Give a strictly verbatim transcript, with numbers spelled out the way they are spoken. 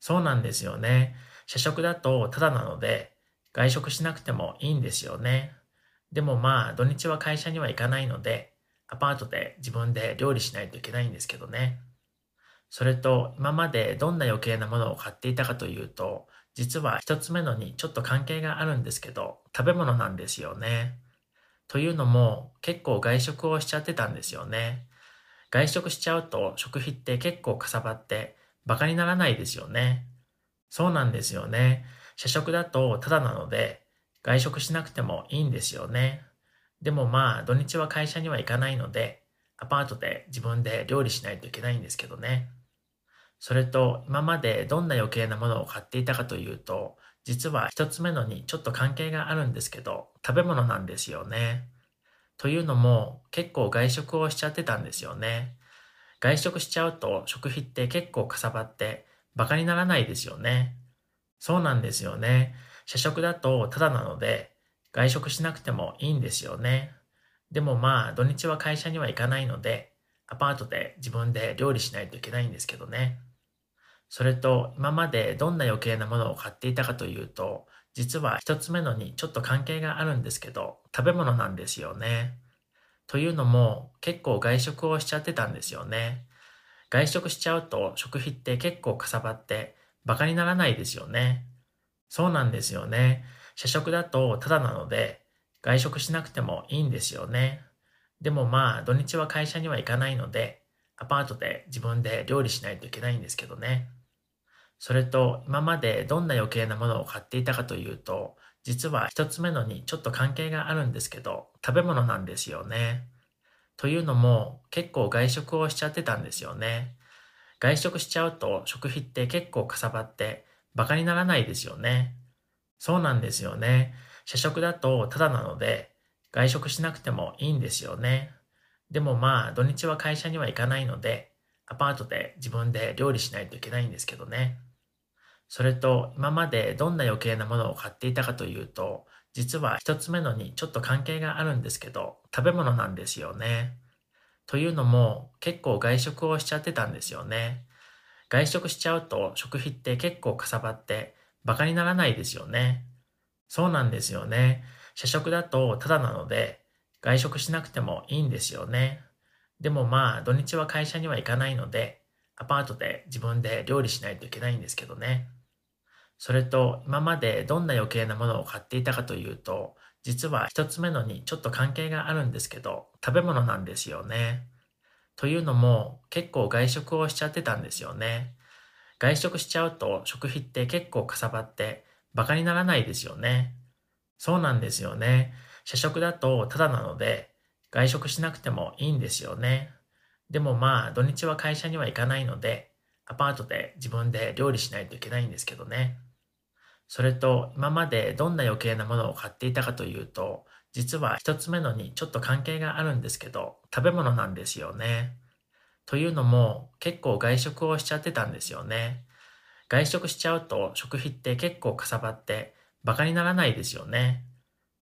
そうなんですよね。社食だとタダなので、外食しなくてもいいんですよね。でもまあ、土日は会社には行かないので、アパートで自分で料理しないといけないんですけどね。それと、今までどんな余計なものを買っていたかというと、実は一つ目のにちょっと関係があるんですけど、食べ物なんですよね。というのも、結構外食をしちゃってたんですよね。外食しちゃうと食費って結構かさばってバカにならないですよね。そうなんですよね。社食だとタダなので、外食しなくてもいいんですよね。でもまあ、土日は会社には行かないので、アパートで自分で料理しないといけないんですけどね。それと、今までどんな余計なものを買っていたかというと、実は一つ目のにちょっと関係があるんですけど、食べ物なんですよね。というのも、結構外食をしちゃってたんですよね。外食しちゃうと食費って結構かさばってバカにならないですよね。そうなんですよね。社食だとタダなので、外食しなくてもいいんですよね。でもまあ、土日は会社には行かないので、アパートで自分で料理しないといけないんですけどね。それと、今までどんな余計なものを買っていたかというと、実は一つ目のにちょっと関係があるんですけど、食べ物なんですよね。というのも、結構外食をしちゃってたんですよね。外食しちゃうと食費って結構かさばってバカにならないですよね。そうなんですよね。社食だとタダなので、外食しなくてもいいんですよね。でもまあ、土日は会社には行かないので、アパートで自分で料理しないといけないんですけどね。それと、今までどんな余計なものを買っていたかというと、実は一つ目のにちょっと関係があるんですけど、食べ物なんですよね。というのも、結構外食をしちゃってたんですよね。外食しちゃうと食費って結構かさばってバカにならないですよね。そうなんですよね。社食だとタダなので、外食しなくてもいいんですよね。でもまあ、土日は会社には行かないので、アパートで自分で料理しないといけないんですけどね。それと、今までどんな余計なものを買っていたかというと、実は一つ目のにちょっと関係があるんですけど、食べ物なんですよね。というのも、結構外食をしちゃってたんですよね。外食しちゃうと食費って結構かさばってバカにならないですよね。そうなんですよね。社食だとタダなので、外食しなくてもいいんですよね。でもまあ、土日は会社には行かないので、アパートで自分で料理しないといけないんですけどね。それと、今までどんな余計なものを買っていたかというと、実は一つ目のにちょっと関係があるんですけど、食べ物なんですよね。というのも、結構外食をしちゃってたんですよね。外食しちゃうと食費って結構かさばってバカにならないですよね。そうなんですよね。社食だとタダなので、外食しなくてもいいんですよね。でもまあ、土日は会社には行かないので、アパートで自分で料理しないといけないんですけどね。それと、今までどんな余計なものを買っていたかというと、実は一つ目のにちょっと関係があるんですけど、食べ物なんですよね。というのも、結構外食をしちゃってたんですよね。外食しちゃうと食費って結構かさばってバカにならないですよね。